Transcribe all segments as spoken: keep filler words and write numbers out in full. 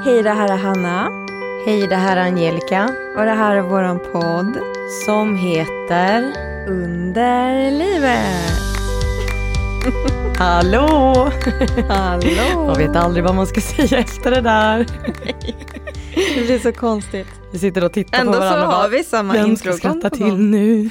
Hej, det här är Hanna. Hej, det här är Angelica. Och det här är våran podd som heter Under livet. Hallå! Hallå! Jag vet aldrig vad man ska säga efter det där. Det blir så konstigt. Vi sitter och tittar Ändå på varandra. Ändå så har bara, vi samma vem intro. Vem ska skratta till nu?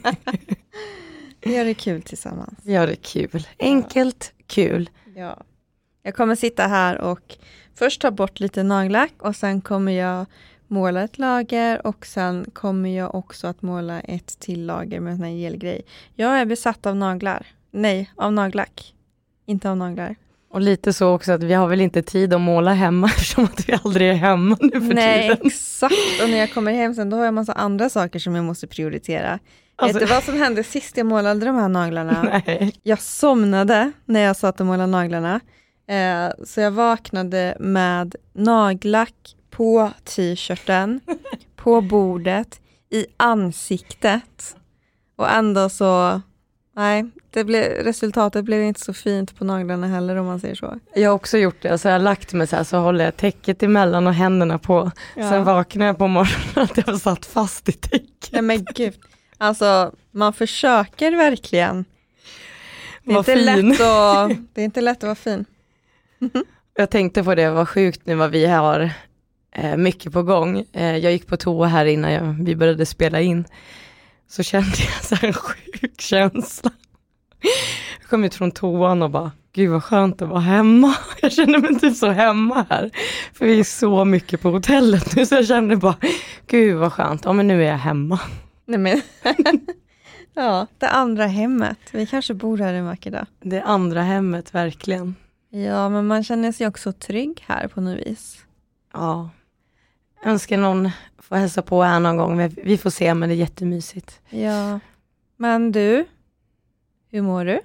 Vi gör det kul tillsammans. Vi gör det kul. Enkelt, kul. Ja. Jag kommer sitta här och först ta bort lite nagellack och sen kommer jag måla ett lager och sen kommer jag också att måla ett till lager med en sån här gelgrej. Jag är besatt av naglar. Nej, av nagellack. Inte av naglar. Och lite så också att vi har väl inte tid att måla hemma eftersom att vi aldrig är hemma nu för Nej, tiden. Nej, exakt. Och när jag kommer hem sen då har jag en massa andra saker som jag måste prioritera. Alltså, vet du vad som hände sist jag målade de här naglarna? Nej. Jag somnade när jag satt och målade naglarna. Eh, så jag vaknade med nagellack på t-shirten, på bordet, i ansiktet. Och ändå så, nej, det blev, resultatet blev inte så fint på naglarna heller om man säger så. Jag har också gjort det, alltså jag har lagt mig så här så håller jag täcket emellan och händerna på. Ja. Sen vaknar jag på morgonen att jag har satt fast i täcket. Nej men gud, alltså man försöker verkligen. Det är, inte fin. lätt att, det är inte lätt att vara fin. Jag tänkte på det, vad sjukt nu vad vi har eh, mycket på gång. Eh, jag gick på toa här innan jag, vi började spela in. Så kände jag så här en sjuk känsla. Jag kom ut från toan och bara, gud vad skönt att vara hemma. Jag kände mig inte så hemma här. För vi är så mycket på hotellet nu så jag kände bara, gud vad skönt. Ja men nu är jag hemma. Nej men, ja det andra hemmet. Vi kanske bor här en vacker dag. Det andra hemmet, verkligen. Ja, men man känner sig också trygg här på något vis. Ja. Jag önskar någon får hälsa på här någon gång. Vi får se, men det är jättemysigt. Ja. Men du, hur mår du?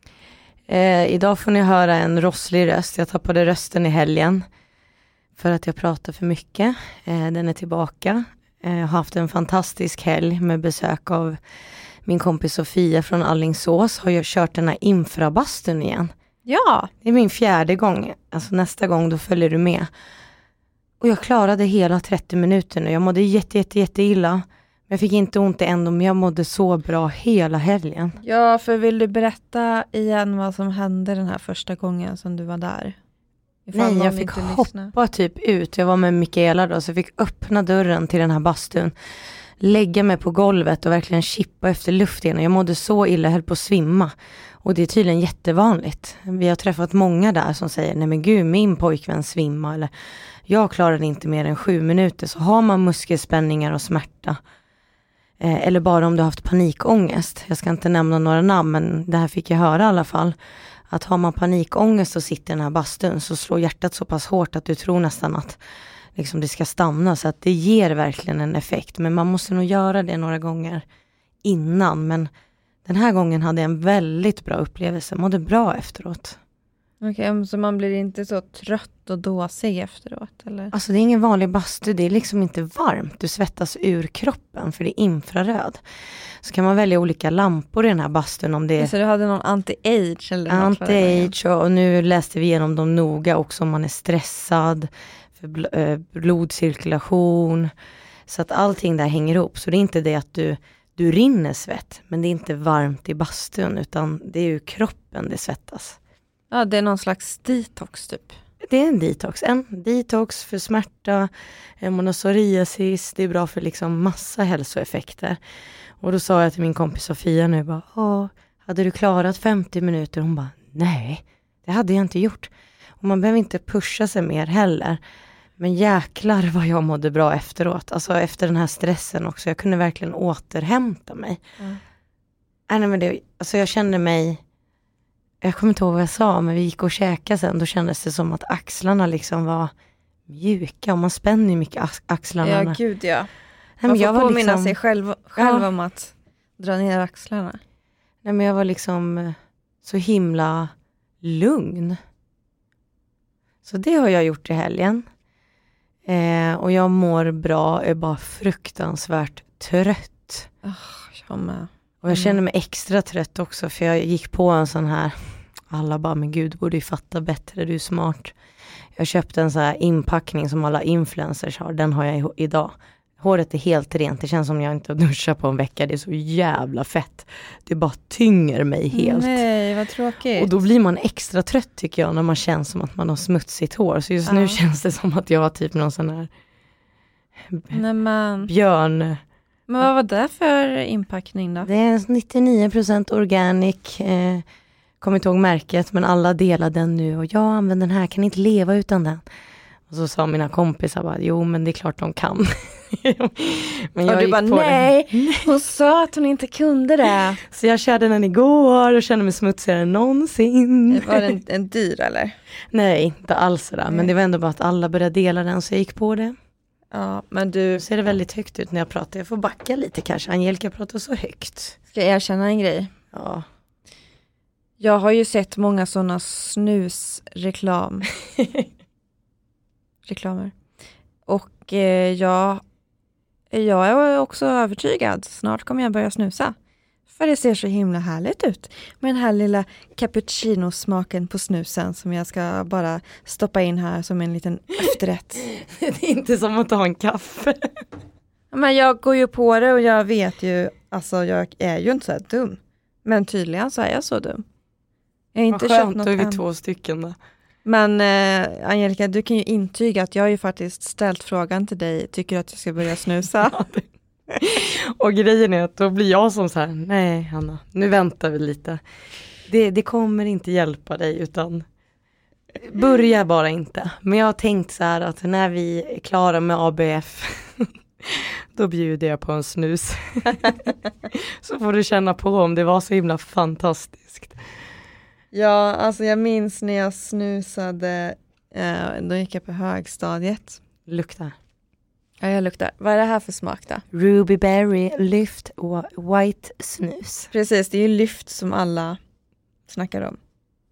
Eh, idag får ni höra en rosslig röst. Jag tappade rösten i helgen. För att jag pratar för mycket. Eh, den är tillbaka. Jag eh, har haft en fantastisk helg med besök av min kompis Sofia från Allingsås. Har jag kört den här infrabastun igen. Ja. Det är min fjärde gång. Alltså nästa gång då följer du med. Och jag klarade hela trettio minuter nu. Jag mådde jätte, jätte, jätte illa. Men jag fick inte ont ändå. Men jag mådde så bra hela helgen. Ja, för vill du berätta igen vad som hände den här första gången som du var där? Ifall Nej, jag fick hoppa lyssna. typ ut. Jag var med Mikaela då. Så jag fick öppna dörren till den här bastun. Lägga mig på golvet och verkligen chippa efter luft igen. Jag mådde så illa, jag höll på att svimma. Och det är tydligen jättevanligt. Vi har träffat många där som säger, nej men gud, min pojkvän svimma. Eller jag klarade inte mer än sju minuter. Så har man muskelspänningar och smärta. Eh, eller bara om du har haft panikångest. Jag ska inte nämna några namn, men det här fick jag höra i alla fall. Att har man panikångest och sitter i den här bastun så slår hjärtat så pass hårt att du tror nästan att liksom det ska stanna. Så att det ger verkligen en effekt. Men man måste nog göra det några gånger innan. Men den här gången hade jag en väldigt bra upplevelse. Mådde bra efteråt. Okej, okay, så man blir inte så trött och dåsig efteråt? Eller? Alltså det är ingen vanlig bastu. Det är liksom inte varmt. Du svettas ur kroppen för det är infraröd. Så kan man välja olika lampor i den här bastun. Om det är så du hade någon anti-age? Eller anti-age och, och nu läste vi igenom dem noga också om man är stressad. För bl- äh, blodcirkulation. Så att allting där hänger ihop. Så det är inte det att du... Du rinner svett, men det är inte varmt i bastun utan det är ju kroppen det svettas. Ja, det är någon slags detox typ. Det är en detox. En detox för smärta, monosoriasis. Det är bra för liksom massa hälsoeffekter. Och då sa jag till min kompis Sofia nu bara, Åh, hade du klarat femtio minuter? Hon bara, nej, det hade jag inte gjort. Och man behöver inte pusha sig mer heller. Men jäklar vad jag mådde bra efteråt. Alltså efter den här stressen också. Jag kunde verkligen återhämta mig. Mm. Nej, men det, alltså jag kände mig... Jag kommer inte ihåg vad jag sa. Men vi gick och käkade sen. Då kändes det som att axlarna liksom var mjuka. Och man spänner ju mycket ax- axlarna. Ja, gud ja. Nej, man men får jag var påminna liksom, sig själv, själv ja. om att dra ner axlarna. Nej, men jag var liksom så himla lugn. Så det har jag gjort i helgen. Eh, och jag mår bra, är bara fruktansvärt trött. Oh, jag med. Och jag känner mig extra trött också för jag gick på en sån här, alla bara, men gud, borde ju fatta bättre, du är smart. Jag köpte en så här inpackning som alla influencers har. Den har jag i- idag. Håret är helt rent. Det känns som jag inte har duschat på en vecka. Det är så jävla fett. Det bara tynger mig helt. Nej, vad tråkigt. Och då blir man extra trött tycker jag när man känns som att man har smutsigt hår. Så just Ja. nu känns det som att jag har typ någon sån här Nej, men. björn. men vad var det för inpackning då? Det är nittionio procent organic. Eh, kommer inte ihåg märket men alla delar den nu. Och jag använder den här, kan inte leva utan den. Och så sa mina kompisar bara, jo men det är klart de kan. men Och du gick bara, på nej, hon sa att hon inte kunde det. Så jag körde den igår och kände mig smutsigare än någonsin. Var den en dyr eller? Nej, inte alls det där. Nej. Men det var ändå bara att alla började dela den så jag gick på det. Ja, men du, Nu ser det väldigt högt ut när jag pratar. Jag får backa lite kanske. Angelica pratar så högt. ska jag erkänna en grej? Ja. Jag har ju sett många sådana snusreklam. Reklamer. Och eh, jag, jag är också övertygad. Snart kommer jag börja snusa. För det ser så himla härligt ut. Med den här lilla cappuccino-smaken på snusen som jag ska bara stoppa in här som en liten efterrätt. Det är inte som att ta en kaffe. Men jag går ju på det och jag vet ju, alltså jag är ju inte så här dum. Men tydligen så är jag så dum. Jag har inte Vad köpt skönt, något då är vi än. två stycken då. Men eh, Angelica, du kan ju intyga att jag har ju faktiskt ställt frågan till dig. Tycker du att jag ska börja snusa? Och grejen är att då blir jag som så här, nej Hanna, nu väntar vi lite. Det, det kommer inte hjälpa dig utan börja bara inte. Men jag har tänkt så här att när vi är klara med A B F då bjuder jag på en snus. Så får du känna på om det var så himla fantastiskt. Ja, alltså jag minns när jag snusade, eh, då gick jag på högstadiet. Lukta. Ja, jag luktar. Vad är det här för smak då? Ruby Berry Lyft och White Snus. Precis, det är ju lyft som alla snackar om.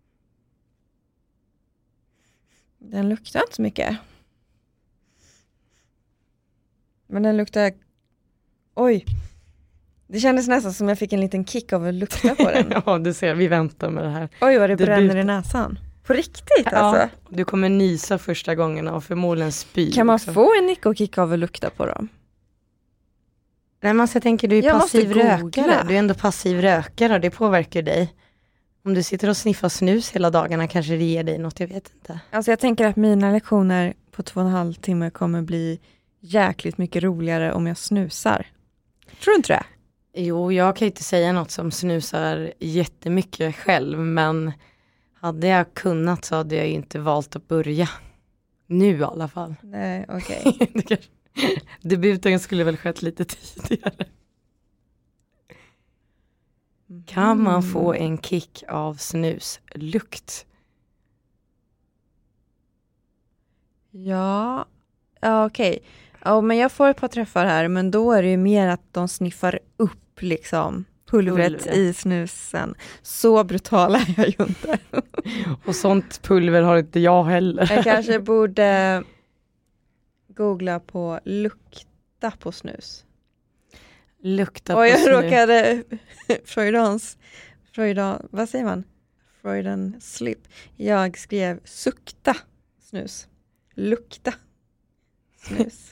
Den luktar inte så mycket. Men den luktar... Oj! Det kändes nästan som jag fick en liten kick av att lukta på den. Ja, du ser, vi väntar med det här. Oj, vad det Debut. bränner i näsan. På riktigt alltså? Ja, du kommer nysa första gångerna och förmodligen spy. Kan man också. få en nick och kick av att lukta på dem? Nej, men jag tänker du är Jag måste passiv rökare. googla. Du är ändå passiv rökare och det påverkar dig. Om du sitter och sniffar snus hela dagarna kanske det ger dig något, jag vet inte. Alltså jag tänker att mina lektioner på två och en halv timme kommer bli jäkligt mycket roligare om jag snusar. Tror du inte det? Jo, jag kan ju inte säga något som snusar jättemycket själv, men hade jag kunnat så hade jag ju inte valt att börja. Nu i alla fall. Nej, okej. Det kanske- Debuten skulle väl skett lite tidigare. Kan man få en kick av snuslukt? Ja, ja okej. Ja, men jag får ett par träffar här, men då är det ju mer att de sniffar upp liksom pulvret Pulvret. i snusen. Så brutal är jag ju inte. Och sånt pulver har inte jag heller. Jag kanske borde googla på lukta på snus. Lukta Och på jag snus. råkade Freudans Freudan, vad säger man? Freudan slip. Jag skrev sukta snus. Lukta snus.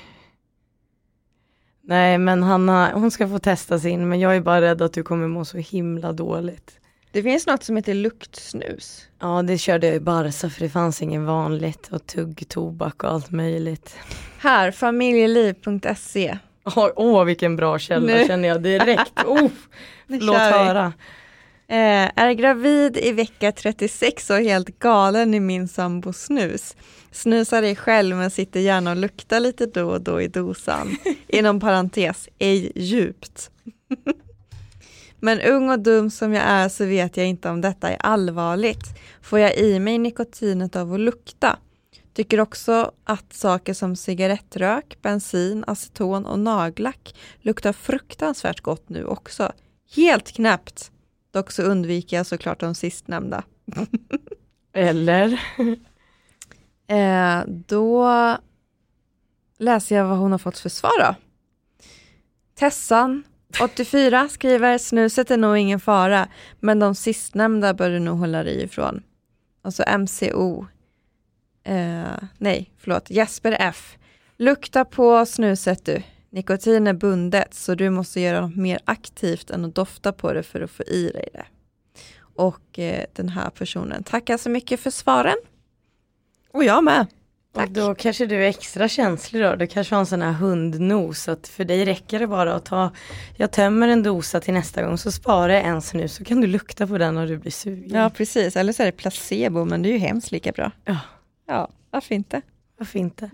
Nej, men Hanna, hon ska få testa sin, men jag är bara rädd att du kommer må så himla dåligt. Det finns något som heter luktsnus. Ja, det körde jag i Barca för det fanns ingen vanligt och tugg, tobak och allt möjligt. Här, familjeliv punkt se. Åh, åh, vilken bra källa Nu. känner jag direkt. Oh, Nu låt kör vi. höra. Eh, är gravid i vecka trettiosex och helt galen i min sambo snus. Snusar dig själv men sitter gärna och luktar lite då och då i dosan. Inom parentes, ej djupt. Men ung och dum som jag är så vet jag inte om detta är allvarligt. Får jag i mig nikotinet av att lukta? Tycker också att saker som cigarettrök, bensin, aceton och nagellack luktar fruktansvärt gott nu också. Helt knäppt. Dock så undviker jag såklart de sistnämnda. Eller? Eh, då läser jag vad hon har fått för svar då. Tessan, åttiofyra, skriver snuset är nog ingen fara, men de sistnämnda bör du nog hålla dig ifrån. Alltså M C O Eh, nej, förlåt. Jesper F. Lukta på snuset du. Nikotin är bundet så du måste göra något mer aktivt än att dofta på det för att få i dig det. Och eh, den här personen tackar så mycket för svaren. Och jag med. Tack. Och då kanske du är extra känslig då. Du kanske har en sån här hundnos. Att för dig räcker det bara att ta. Jag tömmer en dosa till nästa gång. Så sparar jag en snus. Så kan du lukta på den när du blir sugen. Ja precis. Eller så är det placebo. Men det är ju hemskt lika bra. Ja. Ja, varför inte? Varför inte?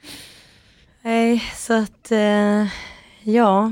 Nej, så att. Eh, ja.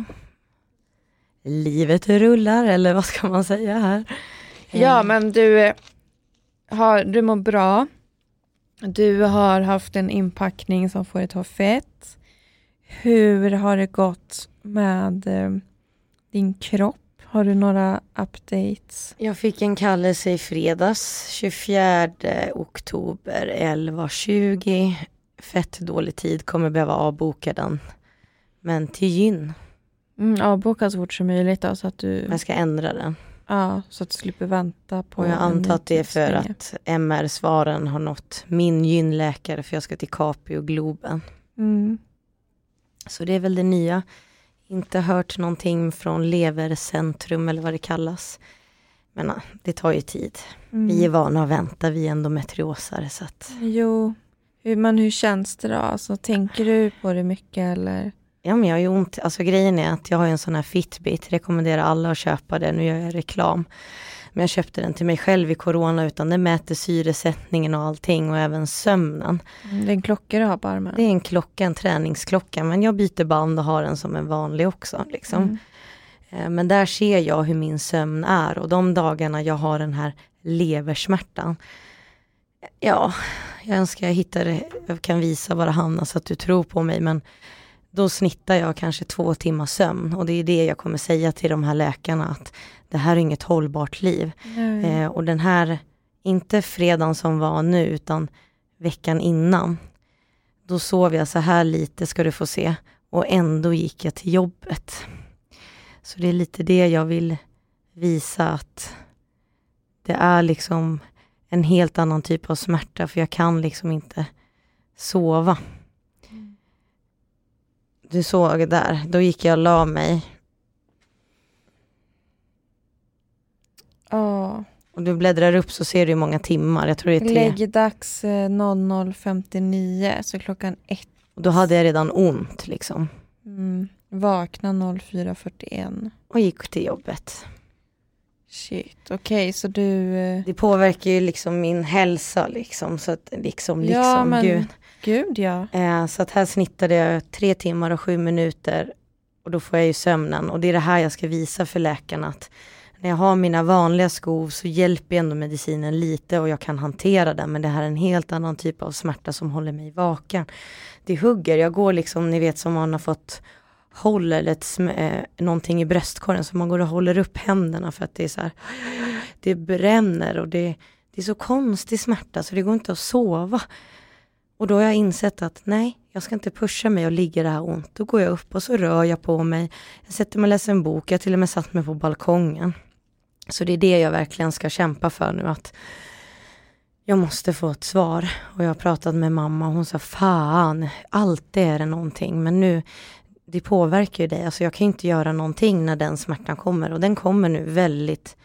Livet rullar. Eller vad ska man säga här? Ja men du. Har, du mår bra. Du har haft en inpackning som får ett ha fett. Hur har det gått med eh, din kropp? Har du några updates? Jag fick en kallelse i fredags, tjugofjärde oktober, elva tjugo. Fett dålig tid, kommer behöva avboka den. Men till gyn. Mm, avboka så fort som möjligt då, så att du... Jag ska ändra den. Ja, så att du slipper vänta på... Och jag antar att det är för att M R-svaren har nått min gynläkare för jag ska till Capio och Globen. Mm. Så det är väl det nya. Inte hört någonting från levercentrum eller vad det kallas. Men det tar ju tid. Mm. Vi är vana att vänta, vi är endometriosare. Så att... Jo, hur, men hur känns det då? Alltså, tänker du på det mycket eller... Ja, men jag har ju ont. Alltså grejen är att jag har en sån här Fitbit. Rekommenderar alla att köpa den. Nu gör jag reklam. Men jag köpte den till mig själv i corona utan den mäter syresättningen och allting och även sömnen. Mm, det är en klocka du har på armen. Det är en klocka, en träningsklocka. Men jag byter band och har den som en vanlig också. Liksom. Mm. Men där ser jag hur min sömn är. Och de dagarna jag har den här leversmärtan. Ja, jag önskar jag hittar, jag kan visa vad det hamnar så att du tror på mig. Men då snittar jag kanske två timmar sömn. Och det är det jag kommer säga till de här läkarna. Att det här är inget hållbart liv. Eh, och den här, inte fredagen som var nu utan veckan innan. Då sov jag så här lite ska du få se. Och ändå gick jag till jobbet. Så det är lite det jag vill visa att det är liksom en helt annan typ av smärta. För jag kan liksom inte sova. Du såg där, då gick jag och la mig. Ja. Och du bläddrar upp så ser du hur många timmar. Jag tror det är tre. Läggdags noll noll femtionio, så klockan ett. Och då hade jag redan ont liksom. Mm. Vakna noll fyra fyrtioen. Och gick till jobbet. Shit, okej, okay, så du... Det påverkar ju liksom min hälsa liksom. Så att liksom, liksom, ja, men... gud. Gud, ja. Eh, så att här snittade jag tre timmar och sju minuter. Och då får jag ju sömnen. Och det är det här jag ska visa för läkarna. Att när jag har mina vanliga skov så hjälper ändå medicinen lite. Och jag kan hantera den. Men det här är en helt annan typ av smärta som håller mig vaken. Det hugger. Jag går liksom, ni vet som man har fått håll eller ett sm- eh, någonting i bröstkorgen. Så man går och håller upp händerna för att det är så här. Det bränner och det, det är så konstig smärta så det går inte att sova. Och då har jag insett att nej, jag ska inte pusha mig och ligga det här ont. Då går jag upp och så rör jag på mig. Jag sätter mig och läser en bok. Jag har till och med satt mig på balkongen. Så det är det jag verkligen ska kämpa för nu. Att jag måste få ett svar. Och jag har pratat med mamma och hon sa fan, alltid är det någonting. Men nu, det påverkar ju dig. Alltså jag kan inte göra någonting när den smärtan kommer. Och den kommer nu väldigt...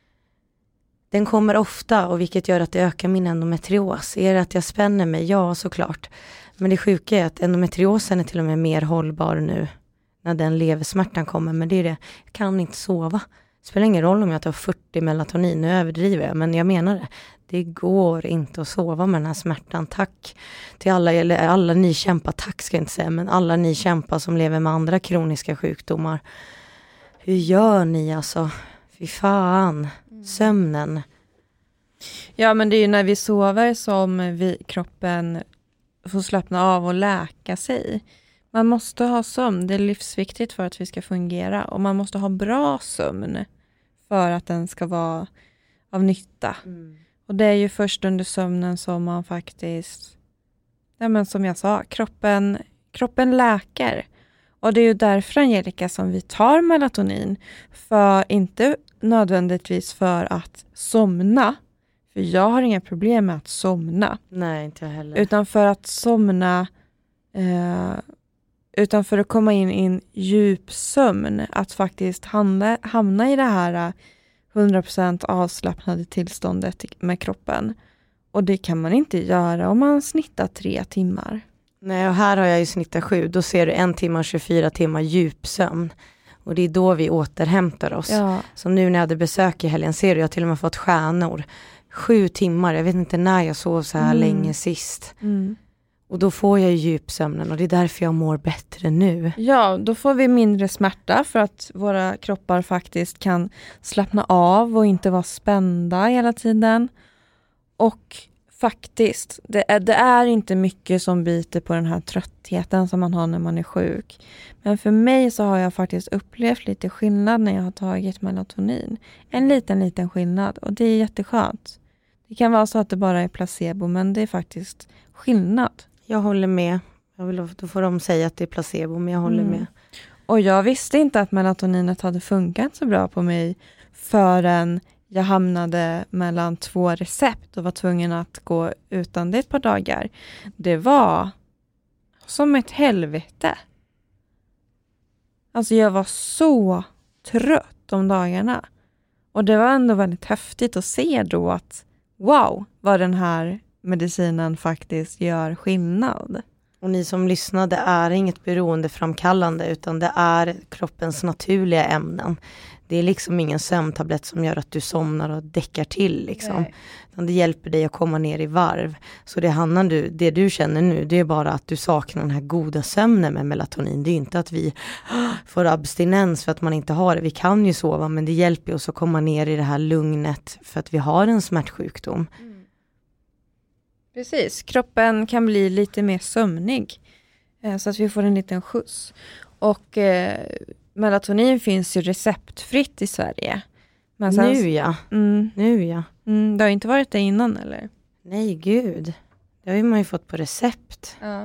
Den kommer ofta och vilket gör att det ökar min endometrios. Är det att jag spänner mig? Ja, såklart. Men det sjuka är att endometriosen är till och med mer hållbar nu när den leversmärtan kommer. Men det är det, jag kan inte sova. Det spelar ingen roll om jag tar fyrtio melatonin, nu överdriver jag, men jag menar det. Det går inte att sova med den här smärtan. Tack till alla, eller alla ni kämpar, tack ska jag inte säga, men alla ni kämpar som lever med andra kroniska sjukdomar. Hur gör ni alltså? Fy fan, sömnen. Ja, men det är ju när vi sover som vi, kroppen får slappna av och läka sig. Man måste ha sömn, det är livsviktigt för att vi ska fungera. Och man måste ha bra sömn för att den ska vara av nytta. Mm. Och det är ju först under sömnen som man faktiskt, ja men som jag sa, kroppen, kroppen läker. Och det är ju därför, Angelica, som vi tar melatonin. För inte nödvändigtvis för att somna. För jag har inga problem med att somna. Nej, inte jag heller. Utan för att somna, eh, utan för att komma in i en djup sömn. Att faktiskt hamna, hamna i det här hundra procent avslappnade tillståndet med kroppen. Och det kan man inte göra om man snittar tre timmar. Nej, och här har jag ju snittat sju. Då ser du en timme och tjugofyra timmar djupsömn. Och det är då vi återhämtar oss. Ja. Så nu när jag hade besök i helgen ser du, jag har till och med fått stjärnor. Sju timmar, jag vet inte när jag sov så här mm. länge sist. Mm. Och då får jag ju djupsömnen och det är därför jag mår bättre nu. Ja, då får vi mindre smärta för att våra kroppar faktiskt kan slappna av och inte vara spända hela tiden. Och faktiskt, det är, det är inte mycket som biter på den här tröttheten som man har när man är sjuk. Men för mig så har jag faktiskt upplevt lite skillnad när jag har tagit melatonin. En liten, liten skillnad och det är jätteskönt. Det kan vara så att det bara är placebo, men det är faktiskt skillnad. Jag håller med. Jag vill, då får de säga att det är placebo, men jag håller mm. med. Och jag visste inte att melatoninet hade funkat så bra på mig förrän jag hamnade mellan två recept och var tvungen att gå utan det ett par dagar. Det var som ett helvete. Alltså jag var så trött de dagarna. Och det var ändå väldigt häftigt att se då att wow, vad den här medicinen faktiskt gör skillnad. Och ni som lyssnar, det är inget beroendeframkallande utan det är kroppens naturliga ämnen. Det är liksom ingen sömntablett som gör att du somnar och däckar till liksom. Utan det hjälper dig att komma ner i varv. Så det, Hanna, du, det du känner nu, det är bara att du saknar den här goda sömnen med melatonin. Det är inte att vi får abstinens för att man inte har det. Vi kan ju sova, men det hjälper oss att komma ner i det här lugnet för att vi har en smärtsjukdom. Mm. Precis, kroppen kan bli lite mer sömnig eh, så att vi får en liten skjuts. Och eh, melatonin finns ju receptfritt i Sverige. Men sen, nu ja, mm, nu ja. Mm, det har inte varit det innan eller? Nej gud, det har man ju fått på recept. Ja.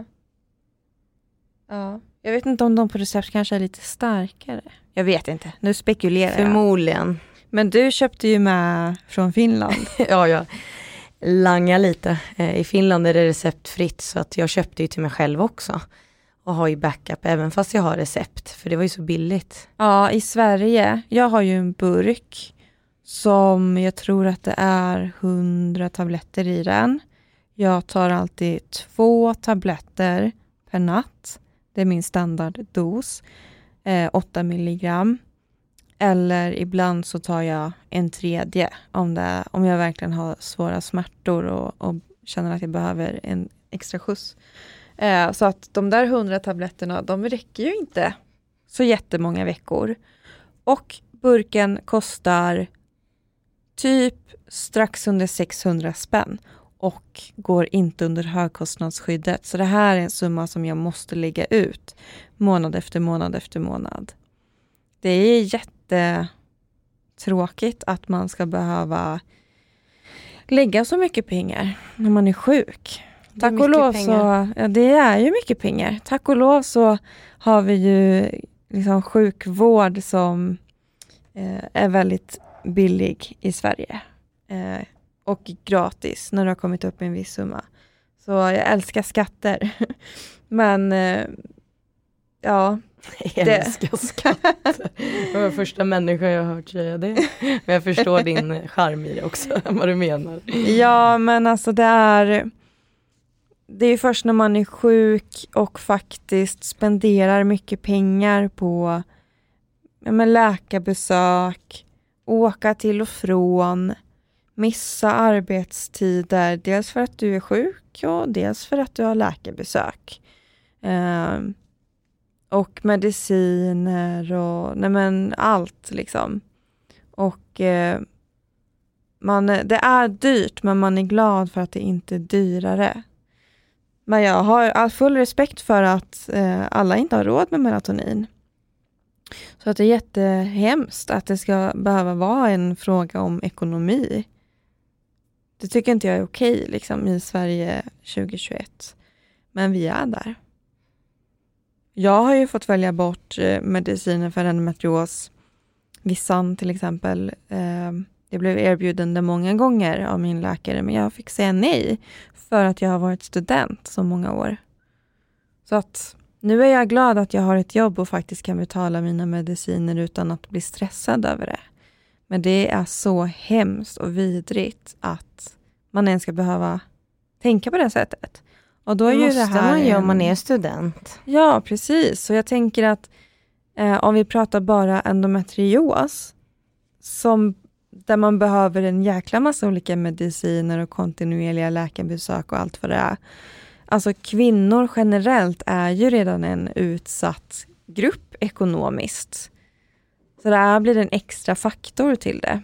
Ja, jag vet inte om de på recept kanske är lite starkare. Jag vet inte, nu spekulerar jag. Förmodligen. Men du köpte ju med från Finland. ja, ja. Langa lite. I Finland är det receptfritt så att jag köpte ju till mig själv också. Och har ju backup även fast jag har recept. För det var ju så billigt. Ja, i Sverige. Jag har ju en burk som jag tror att det är hundra tabletter i den. Jag tar alltid två tabletter per natt. Det är min standarddos. Eh, åtta milligram. Eller ibland så tar jag en tredje om, det, om jag verkligen har svåra smärtor och, och känner att jag behöver en extra skjuts. Eh, så att de där hundra tabletterna, de räcker ju inte så jättemånga veckor. Och burken kostar typ strax under sexhundra spänn och går inte under högkostnadsskyddet. Så det här är en summa som jag måste lägga ut månad efter månad efter månad. Det är jättetråkigt att man ska behöva lägga så mycket pengar när man är sjuk. Tack och lov så, ja, det är ju mycket pengar. Tack och lov så har vi ju liksom sjukvård som eh, är väldigt billig i Sverige. Eh, och gratis när du har kommit upp i en viss summa. Så jag älskar skatter. Men eh, ja... Jag älskar skatter. Det var första människan jag har hört säga det. Men jag förstår din charm i det också, vad du menar. Ja, men alltså det är... Det är först när man är sjuk och faktiskt spenderar mycket pengar på ja, men läkarbesök, åka till och från, missa arbetstider, dels för att du är sjuk och dels för att du har läkarbesök. Eh, och mediciner och nej men allt liksom. Och eh, man, det är dyrt, men man är glad för att det inte är dyrare. Men jag har full respekt för att eh, alla inte har råd med melatonin. Så att det är jättehemskt att det ska behöva vara en fråga om ekonomi. Det tycker inte jag är okej liksom, i Sverige tjugohundratjugoett. Men vi är där. Jag har ju fått välja bort eh, mediciner för endometrios. Vissan till exempel. Eh, Jag blev erbjuden det många gånger av min läkare, men jag fick säga nej för att jag har varit student så många år. Så att nu är jag glad att jag har ett jobb och faktiskt kan betala mina mediciner utan att bli stressad över det. Men det är så hemskt och vidrigt att man ens ska behöva tänka på det sättet. Och då är det ju måste det här man ju en... om man är student. Ja, precis. Så jag tänker att eh, om vi pratar bara endometrios, som, där man behöver en jäkla massa olika mediciner och kontinuerliga läkarbesök och allt vad det är. Alltså kvinnor generellt är ju redan en utsatt grupp ekonomiskt. Så det här blir en extra faktor till det.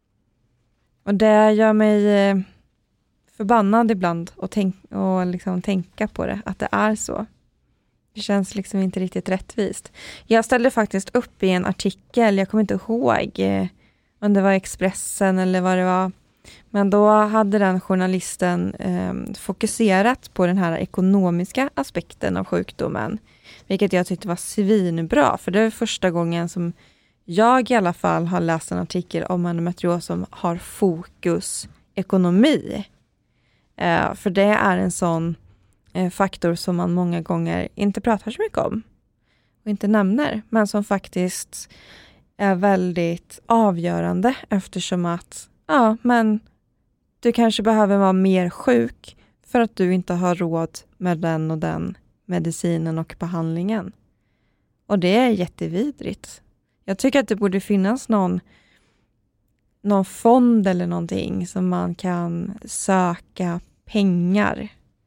Och det gör mig förbannad ibland att tänk- och liksom tänka på det, att det är så. Det känns liksom inte riktigt rättvist. Jag ställde faktiskt upp i en artikel, jag kommer inte ihåg om det var Expressen eller vad det var. Men då hade den journalisten eh, fokuserat på den här ekonomiska aspekten av sjukdomen. Vilket jag tyckte var svinbra. För det är första gången som jag i alla fall har läst en artikel om endometrios som har fokus ekonomi. Eh, för det är en sån eh, faktor som man många gånger inte pratar så mycket om. Och inte nämner. Men som faktiskt är väldigt avgörande. Eftersom att ja, men du kanske behöver vara mer sjuk för att du inte har råd med den och den medicinen och behandlingen. Och det är jättevidrigt. Jag tycker att det borde finnas någon, någon fond eller någonting som man kan söka pengar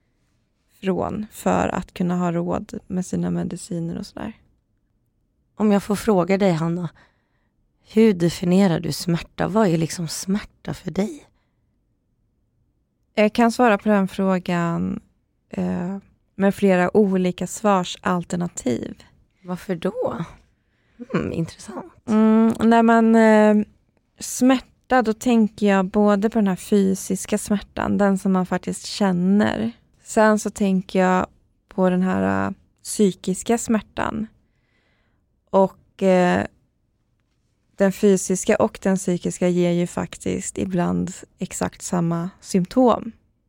från för att kunna ha råd med sina mediciner och sådär. Om jag får fråga dig, Hanna, hur definierar du smärta? Vad är liksom smärta för dig? Jag kan svara på den frågan eh, med flera olika svarsalternativ. Varför då? Mm, intressant. Mm, när man eh, smärta, då tänker jag både på den här fysiska smärtan, den som man faktiskt känner. Sen så tänker jag på den här uh, psykiska smärtan. Och eh, den fysiska och den psykiska ger ju faktiskt ibland exakt samma symptom.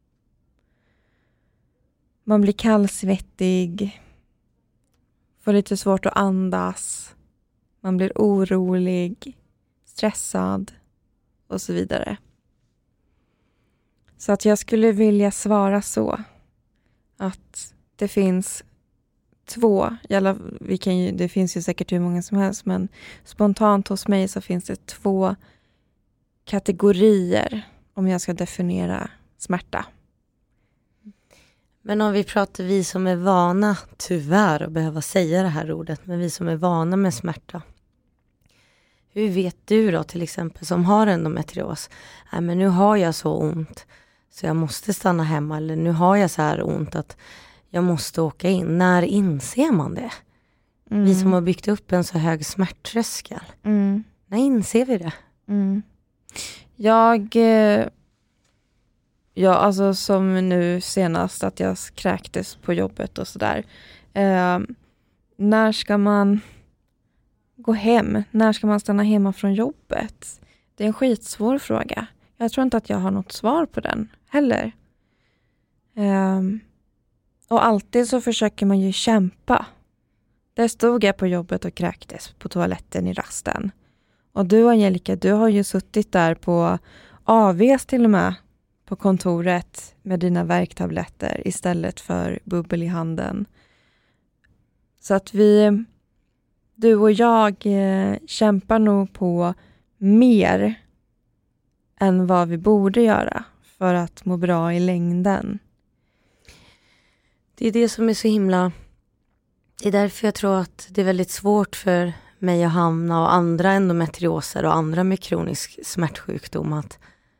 Man blir kallsvettig, får lite svårt att andas, man blir orolig, stressad och så vidare. Så att jag skulle vilja svara så att det finns två, alla, vi kan ju, det finns ju säkert hur många som helst, men spontant hos mig så finns det två kategorier om jag ska definiera smärta. Men om vi pratar vi som är vana, tyvärr att behöva säga det här ordet, men vi som är vana med smärta. Hur vet du då till exempel som har endometrios? Nej, men nu har jag så ont så jag måste stanna hemma, eller nu har jag så här ont att jag måste åka in. När inser man det? Mm. Vi som har byggt upp en så hög smärttröskel. Mm. När inser vi det? Mm. Jag... Eh, ja, alltså som nu senast att jag kräktes på jobbet och sådär. Eh, när ska man gå hem? När ska man stanna hemma från jobbet? Det är en skitsvår fråga. Jag tror inte att jag har något svar på den heller. Eh, Och alltid så försöker man ju kämpa. Där stod jag på jobbet och kräktes på toaletten i rasten. Och du, Angelica, du har ju suttit där på A Vs till och med på kontoret med dina värktabletter istället för bubbel i handen. Så att vi, du och jag eh, kämpar nog på mer än vad vi borde göra för att må bra i längden. Det är det som är så himla... Det är därför jag tror att det är väldigt svårt för mig och Hanna och andra endometrioser och andra med kronisk smärtsjukdom att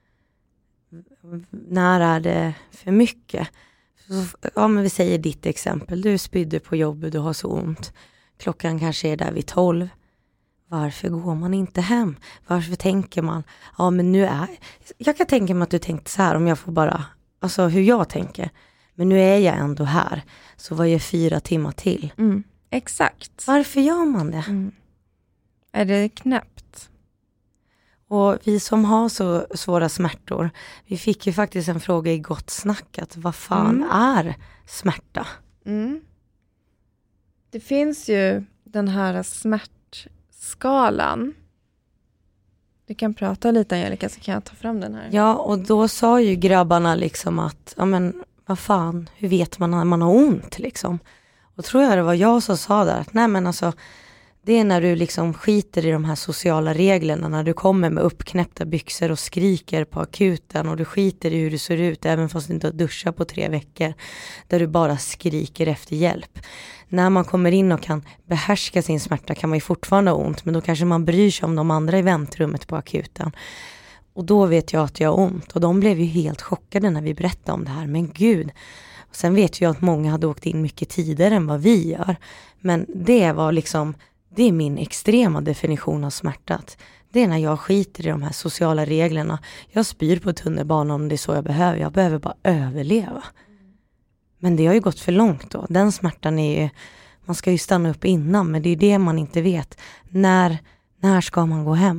när är det för mycket? Ja, men vi säger ditt exempel. Du spydde på jobbet, du har så ont. Klockan kanske är där vid tolv. Varför går man inte hem? Varför tänker man? Ja, men nu är... Jag kan tänka mig att du tänkte så här, om jag får bara... Alltså hur jag tänker. Men nu är jag ändå här. Så vad är fyra timmar till? Mm, exakt. Varför gör man det? Mm. Är det knäppt? Och vi som har så svåra smärtor, vi fick ju faktiskt en fråga i Gott Snack, att vad fan mm. är smärta? Mm. Det finns ju den här smärtskalan. Du kan prata lite, Angelica, så kan jag ta fram den här. Ja, och då sa ju grabbarna liksom att, ja men vad fan, hur vet man när man har ont liksom? Och tror jag det var jag som sa där, att nej men alltså, det är när du liksom skiter i de här sociala reglerna, när du kommer med uppknäppta byxor och skriker på akuten och du skiter i hur du ser ut även fast du inte har duschat på tre veckor, där du bara skriker efter hjälp. När man kommer in och kan behärska sin smärta kan man ju fortfarande ha ont, men då kanske man bryr sig om de andra i väntrummet på akuten. Och då vet jag att jag har ont, och de blev ju helt chockade när vi berättade om det här, men gud. Och sen vet jag att många hade åkt in mycket tidigare än vad vi gör, men det var liksom, det är min extrema definition av smärtat. Det är när jag skiter i de här sociala reglerna. Jag spyr på tunnelbanan om det är så jag behöver. Jag behöver bara överleva. Men det har ju gått för långt då. Den smärtan är ju, man ska ju stanna upp innan, men det är det man inte vet. När, när ska man gå hem?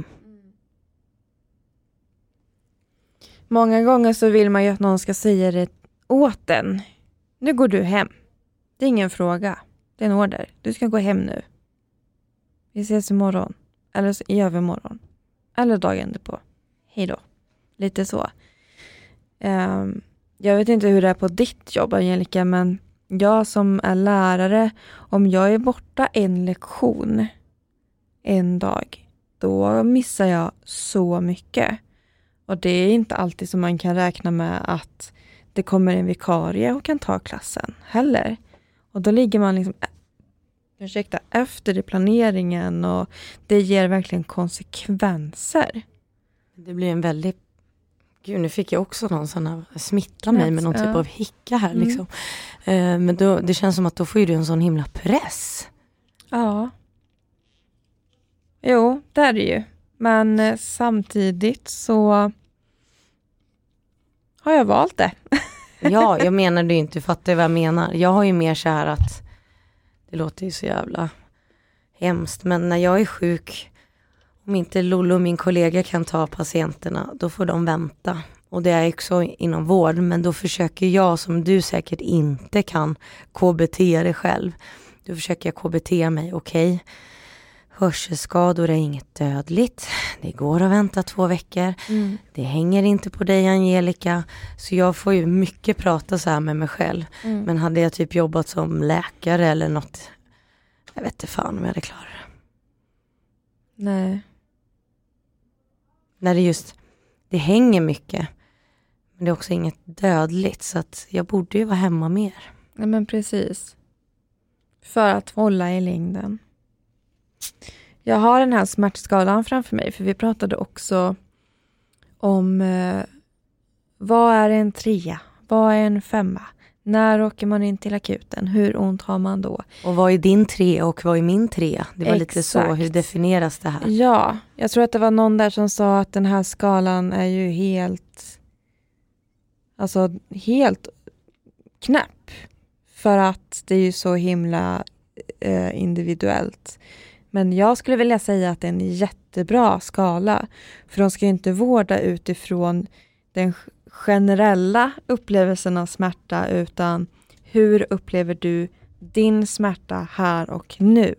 Många gånger så vill man ju att någon ska säga det åt en. Nu går du hem. Det är ingen fråga. Det är en order. Du ska gå hem nu. Vi ses imorgon. Eller i övermorgon. Eller dagen på. Hej då. Lite så. Um, jag vet inte hur det är på ditt jobb, Angelica, men jag som är lärare, om jag är borta en lektion en dag, då missar jag så mycket. Och det är inte alltid som man kan räkna med att det kommer en vikarie och kan ta klassen heller. Och då ligger man liksom ursäkta, efter i planeringen, och det ger verkligen konsekvenser. Det blir en väldigt, gud nu fick jag också någon sån här, smitta mig med någon typ ja. av hicka här mm. liksom. Uh, men då, det känns som att då får du en sån himla press. Ja. Jo, det är det ju. Men eh, samtidigt så har jag valt det. Ja, jag menar du inte, fattar vad jag menar. Jag har ju mer så här att det låter ju så jävla hemskt, men när jag är sjuk, om inte Lolo och min kollega kan ta patienterna, då får de vänta. Och det är också inom vård, men då försöker jag, som du säkert inte kan K B T dig själv, då försöker jag K B T mig, okej. Okay. Hörselskador är inget dödligt. Det går att vänta två veckor. Mm. Det hänger inte på dig, Angelica. Så jag får ju mycket prata så här med mig själv. Mm. Men hade jag typ jobbat som läkare eller något, jag vet inte fan om jag hade klarat det. Nej. När det just, det hänger mycket. Men det är också inget dödligt. Så att jag borde ju vara hemma mer. Nej, men precis. För att hålla i längden. Jag har den här smärtskalan framför mig, för vi pratade också om eh, vad är en trea, vad är en femma, när åker man in till akuten, hur ont har man då? Och vad är din trea och vad är min trea? Det var Exakt. Lite så, hur definieras det här? Ja, jag tror att det var någon där som sa att den här skalan är ju helt, alltså helt knäpp, för att det är ju så himla eh, individuellt. Men jag skulle vilja säga att det är en jättebra skala. För de ska ju inte vårda utifrån den generella upplevelsen av smärta, utan hur upplever du din smärta här och nu?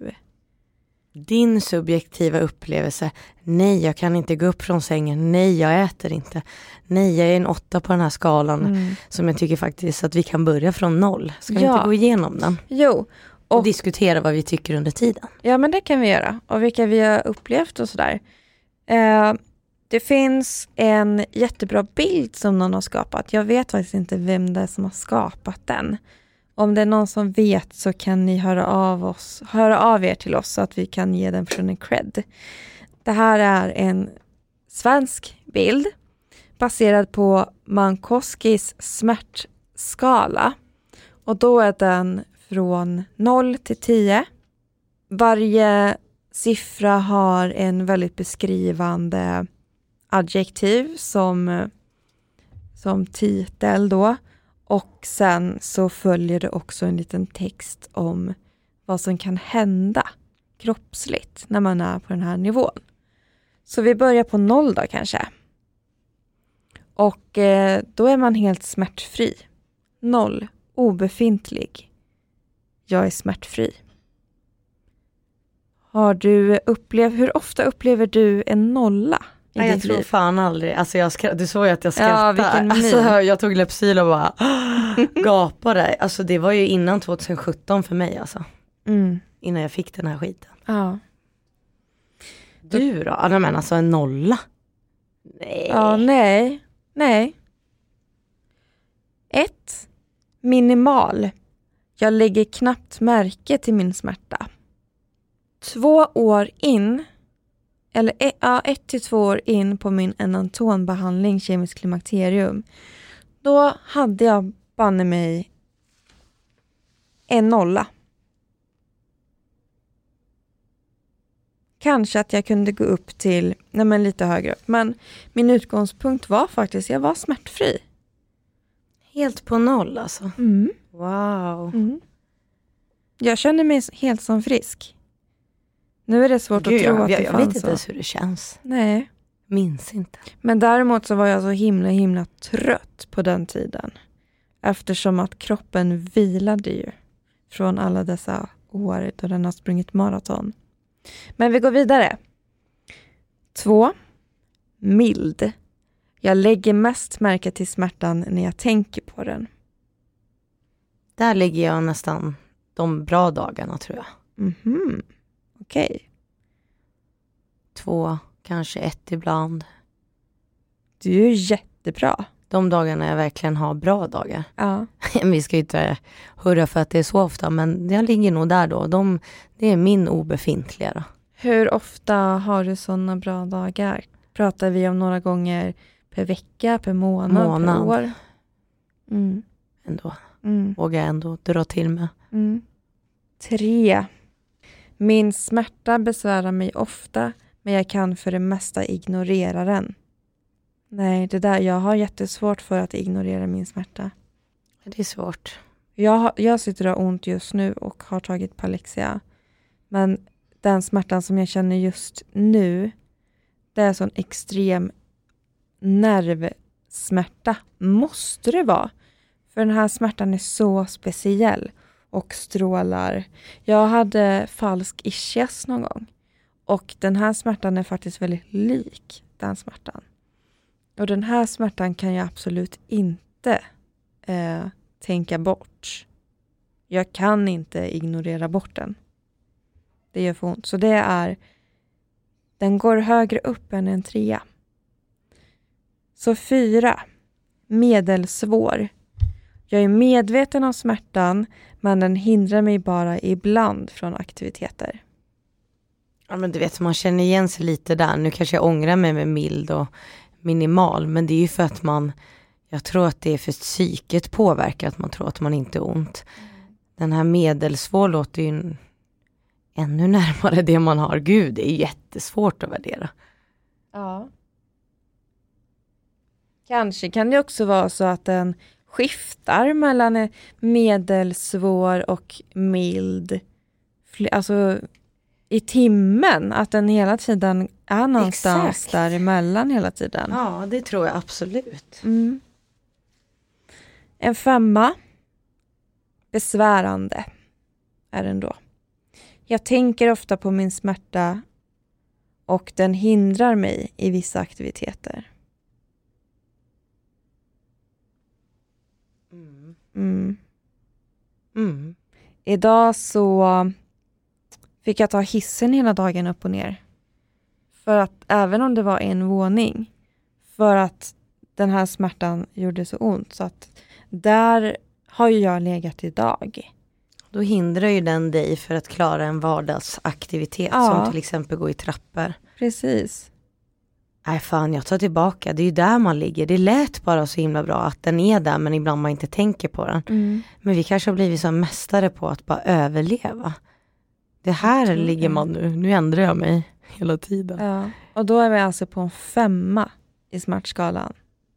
Din subjektiva upplevelse. Nej, jag kan inte gå upp från sängen. Nej, jag äter inte. Nej, jag är en åtta på den här skalan. Mm. Som jag tycker faktiskt att vi kan börja från noll. Ska vi ja. inte gå igenom den? Jo. Och diskutera vad vi tycker under tiden. Ja, men det kan vi göra. Och vilka vi har upplevt och sådär. Eh, det finns en jättebra bild som någon har skapat. Jag vet faktiskt inte vem det är som har skapat den. Om det är någon som vet, så kan ni höra av oss, höra av er till oss så att vi kan ge den personen cred. Det här är en svensk bild baserad på Mankowskis smärtskala. Och då är den från noll till tio. Varje siffra har en väldigt beskrivande adjektiv som, som titel då. Och sen så följer det också en liten text om vad som kan hända kroppsligt när man är på den här nivån. Så vi börjar på noll då kanske. Och eh, då är man helt smärtfri. Noll. Obefintlig. Jag är smärtfri. Har du upplevt, hur ofta upplever du en nolla i Nej, jag ditt tror liv? fan aldrig. Alltså jag skra- du såg ju att jag skrattade. Ja, vilken alltså, min. jag tog Lypsyl och bara gapade. Alltså det var ju innan tjugosjutton för mig alltså. Mm. Innan jag fick den här skiten. Ja. Du då? Ja, men alltså en nolla. Nej. Ja, nej. Nej. Ett. Minimal. Jag lägger knappt märke till min smärta. Två år in, eller ett, ja, ett till två år in på min enantonbehandling, kemisk klimakterium, då hade jag banne mig en nolla. Kanske att jag kunde gå upp till, nej men lite högre upp, men min utgångspunkt var faktiskt, jag var smärtfri. Helt på noll alltså. Mm. Wow. Mm. Jag känner mig helt som frisk. Nu är det svårt Gud, att tro jag, att jag, det jag fanns vet inte så. ens hur det känns. Nej. Minns inte. Men däremot så var jag så himla himla trött på den tiden. Eftersom att kroppen vilade ju från alla dessa år då den har sprungit maraton. Men vi går vidare. Två. Mild. Jag lägger mest märke till smärtan när jag tänker på den. Där ligger jag nästan de bra dagarna tror jag. Mhm. Okej. Okay. Två, kanske ett ibland. Det är ju jättebra. De dagarna jag verkligen har bra dagar. Ja. Vi ska ju inte hurra för att det är så ofta, men jag ligger nog där då. De, det är min obefintliga då. Hur ofta har du sådana bra dagar? Pratar vi om några gånger per vecka, per månad, månad. per år? Mm. Ändå. Mm. Vågar jag ändå dra till med. Mm. Tre. Min smärta besvärar mig ofta, men jag kan för det mesta ignorera den. Nej, det där, jag har jättesvårt för att ignorera min smärta. Det är svårt. Jag, jag sitter och har ont just nu och har tagit Palexia. Men den smärtan som jag känner just nu, det är sån extrem nervsmärta. Måste det vara? För den här smärtan är så speciell och strålar. Jag hade falsk ischias någon gång. Och den här smärtan är faktiskt väldigt lik den smärtan. Och den här smärtan kan jag absolut inte eh, tänka bort. Jag kan inte ignorera bort den. Det gör för ont. Så det är, den går högre upp än en trea. Så fyra. Medelsvår. Jag är medveten om smärtan, men den hindrar mig bara ibland från aktiviteter. Ja, men du vet, man känner igen sig lite där. Nu kanske jag ångrar mig med mild och minimal, men det är ju för att man, jag tror att det är för psyket påverkar att man tror att man inte är ont. Den här medelsvår låter ju en, ännu närmare det man har. Gud, det är jättesvårt att värdera. Ja. Kanske kan det också vara så att den skiftar mellan medelsvår och mild. Alltså i timmen, att den hela tiden är någonstans Exakt. Däremellan hela tiden. Ja, det tror jag absolut. Mm. En femma. Besvärande är den då. Jag tänker ofta på min smärta och den hindrar mig i vissa aktiviteter. Mm. Mm. Mm. Idag så fick jag ta hissen hela dagen upp och ner. För att även om det var en våning. För att den här smärtan gjorde så ont. Så att där har ju jag legat idag. Då hindrar ju den dig för att klara en vardagsaktivitet. Ja. Som till exempel gå i trappor. Precis. Nej fan, jag tar tillbaka. Det är ju där man ligger. Det lät bara så himla bra att den är där, men ibland man inte tänker på den. Mm. Men vi kanske har blivit så mästare på att bara överleva. Det här ligger man nu. Nu ändrar jag mig hela tiden. Ja. Och då är vi alltså på en femma i smärtskalan.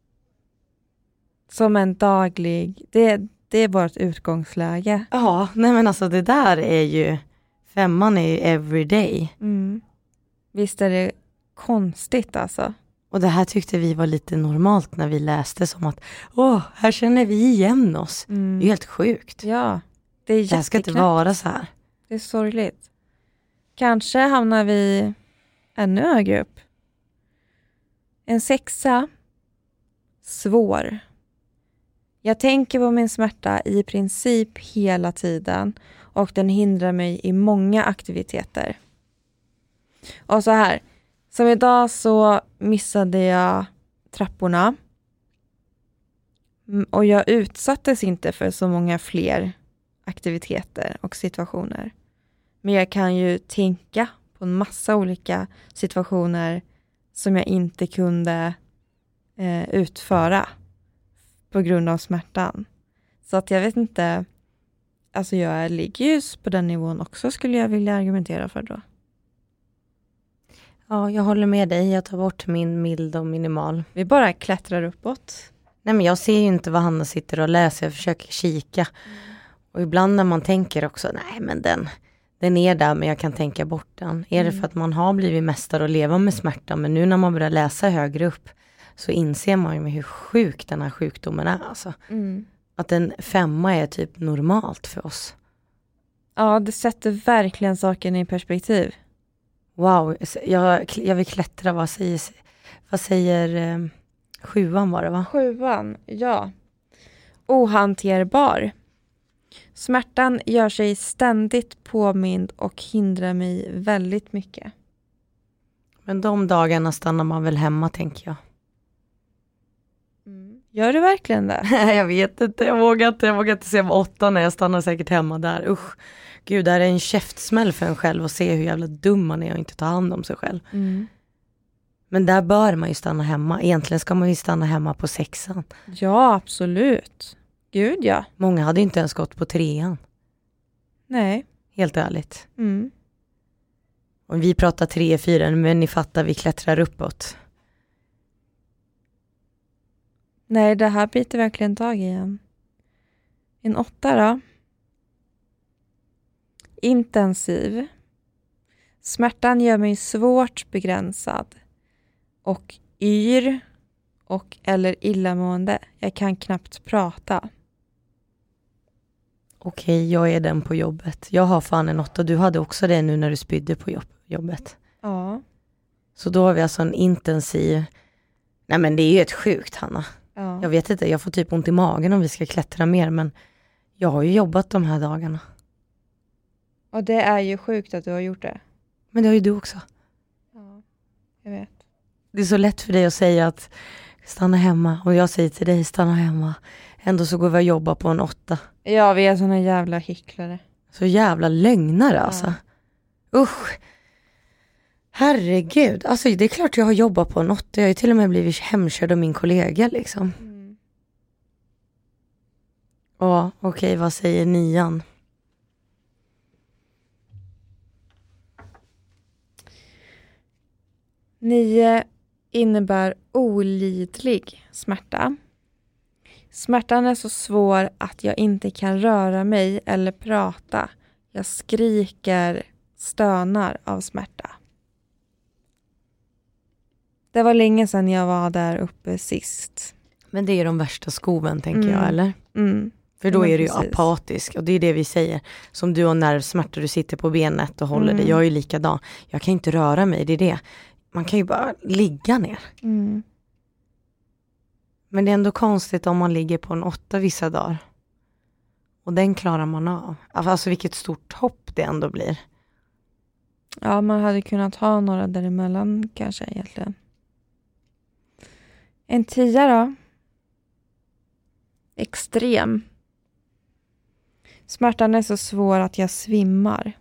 Som en daglig... Det, det är vårt utgångsläge. Ja, nej men alltså det där är ju... Femman är ju everyday. Mm. Visst är det konstigt alltså. Och det här tyckte vi var lite normalt när vi läste, som att åh, här känner vi igen oss. Mm. Det är helt sjukt. Ja, det är jätteknäppt. Det här ska inte vara så här. Det är sorgligt. Kanske hamnar vi ännu högre upp. En sexa. Svår. Jag tänker på min smärta i princip hela tiden och den hindrar mig i många aktiviteter. Och så här, som idag så missade jag trapporna och jag utsattes inte för så många fler aktiviteter och situationer. Men jag kan ju tänka på en massa olika situationer som jag inte kunde eh, utföra på grund av smärtan. Så att jag vet inte, alltså jag ligger ju på den nivån också, skulle jag vilja argumentera för då. Ja, jag håller med dig. Jag tar bort min mild och minimal. Vi bara klättrar uppåt. Nej, men jag ser ju inte vad Hanna sitter och läser. Jag försöker kika. Mm. Och ibland när man tänker också, nej men den, den är där, men jag kan tänka bort den. Mm. Är det för att man har blivit mästare och leva med smärta, men nu när man börjar läsa högre upp så inser man ju med hur sjuk den här sjukdomen är. Alltså. Mm. Att en femma är typ normalt för oss. Ja, det sätter verkligen saken i perspektiv. Wow, jag, jag vill klättra. Vad säger, vad säger eh, sjuan var det, va? Sjuan, ja. Ohanterbar. Smärtan gör sig ständigt påmind och hindrar mig väldigt mycket. Men de dagarna stannar man väl hemma, tänker jag. Mm. Gör du verkligen det? Jag vet inte, jag vågar inte. Jag vågar inte se på åtta när jag stannar säkert hemma där. Usch. Gud, det är en käftsmäll för en själv att se hur jävla dum man är och inte ta hand om sig själv. Mm. Men där bör man ju stanna hemma. Egentligen ska man ju stanna hemma på sexan. Ja, absolut. Gud, ja. Många hade inte ens gått på trean. Nej. Helt ärligt. Mm. Och vi pratar tre, fyra, men ni fattar, vi klättrar uppåt. Nej, det här biter verkligen tag igen. En åtta då? Intensiv. Smärtan gör mig svårt begränsad. Och yr. Och eller illamående. Jag kan knappt prata. Okej, jag är den på jobbet. Jag har fan en åtta. Du hade också det nu när du spydde på jobb- jobbet. Ja. Så då har vi alltså en intensiv... Nej, men det är ju ett sjukt, Hanna. Ja. Jag vet inte, jag får typ ont i magen om vi ska klättra mer. Men jag har ju jobbat de här dagarna. Och det är ju sjukt att du har gjort det. Men det har ju du också. Ja, jag vet. Det är så lätt för dig att säga att stanna hemma. Och jag säger till dig, stanna hemma. Ändå så går vi och jobbar på en åtta. Ja, vi är såna jävla hycklare. Så jävla lögnare, ja. Alltså. Usch. Herregud. Alltså det är klart jag har jobbat på en åtta. Jag har ju till och med blivit hemkörd av min kollega liksom. Mm. Ja, okej, okay, vad säger nian? Nio innebär olidlig smärta. Smärtan är så svår att jag inte kan röra mig eller prata. Jag skriker, stönar av smärta. Det var länge sedan jag var där uppe sist. Men det är de värsta skoven, tänker mm. jag, eller? Mm. För då ja, är du ju apatisk. Och det är det vi säger. Som du har nervsmärta, du sitter på benet och håller mm. dig. Jag är ju likadan. Jag kan inte röra mig, det är det. Man kan ju bara ligga ner. Mm. Men det är ändå konstigt om man ligger på en åtta vissa dagar. Och den klarar man av. Alltså vilket stort hopp det ändå blir. Ja, man hade kunnat ha några däremellan kanske egentligen. En tia då? Extrem. Smärtan är så svår att jag svimmar.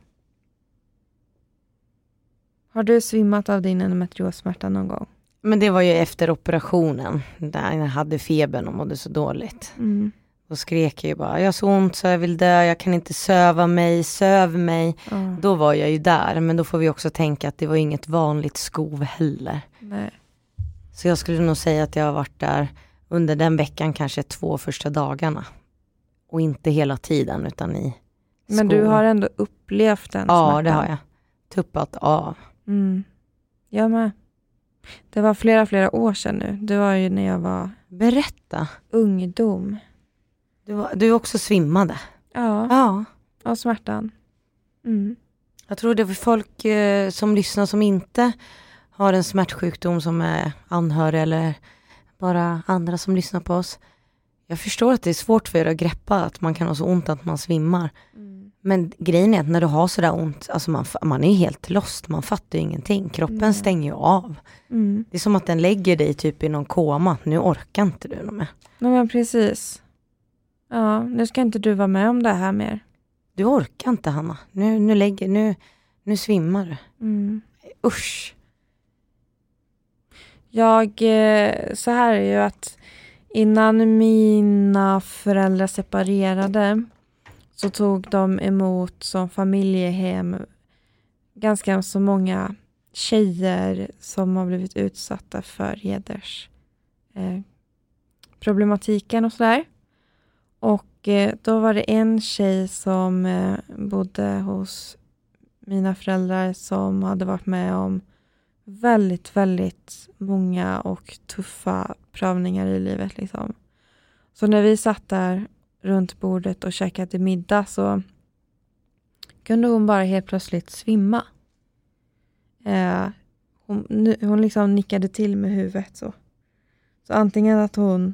Har du svimmat av din endometriosmärta någon gång? Men det var ju efter operationen. Där jag hade febern och mådde så dåligt. Mm. Då skrek jag ju bara, jag har så ont så jag vill dö. Jag kan inte söva mig, söv mig. Mm. Då var jag ju där. Men då får vi också tänka att det var inget vanligt skov heller. Nej. Så jag skulle nog säga att jag har varit där under den veckan kanske två första dagarna. Och inte hela tiden utan i Men skolan. Du har ändå upplevt den Ja, smärtan. det har jag. Tuppat av. Mm. Jag med. Det var flera, flera år sedan nu. Det var ju när jag var... Berätta. Ungdom. Du, var, du också svimmade. Ja. Ja. Av smärtan. Mm. Jag tror det är för folk eh, som lyssnar som inte har en smärtsjukdom som är anhörig eller bara andra som lyssnar på oss. Jag förstår att det är svårt för er att greppa att man kan ha så ont att man svimmar. Mm. Men grejen är att när du har sådär ont, alltså man, man är helt lost, man fattar ju ingenting. Kroppen mm. stänger ju av. Mm. Det är som att den lägger dig typ i någon koma. Nu orkar inte du något mer. Nej men precis. Ja, nu ska inte du vara med om det här mer. Du orkar inte, Hanna. Nu, nu lägger, nu, nu svimmar du. Mm. Usch. Jag, så här är ju att innan mina föräldrar separerade så tog de emot som familjehem ganska så många tjejer som har blivit utsatta för heders eh, problematiken och sådär. Och eh, då var det en tjej som eh, bodde hos mina föräldrar som hade varit med om väldigt, väldigt många och tuffa prövningar i livet liksom. Så när vi satt där runt bordet och käkade middag så kunde hon bara helt plötsligt svimma. Eh, hon, hon liksom nickade till med huvudet så. Så antingen att hon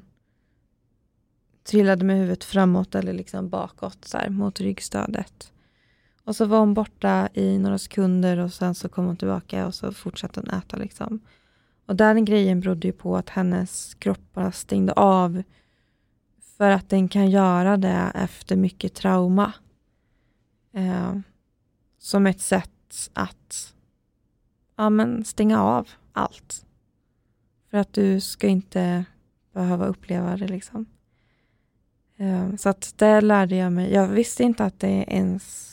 trillade med huvudet framåt eller liksom bakåt så här, mot ryggstödet. Och så var hon borta i några sekunder och sen så kom hon tillbaka och så fortsatte hon äta liksom. Och den grejen berodde ju på att hennes kropp bara stängde av för att den kan göra det efter mycket trauma. Eh, som ett sätt att ja, men stänga av allt. För att du ska inte behöva uppleva det liksom. Eh, så att det lärde jag mig. Jag visste inte att det ens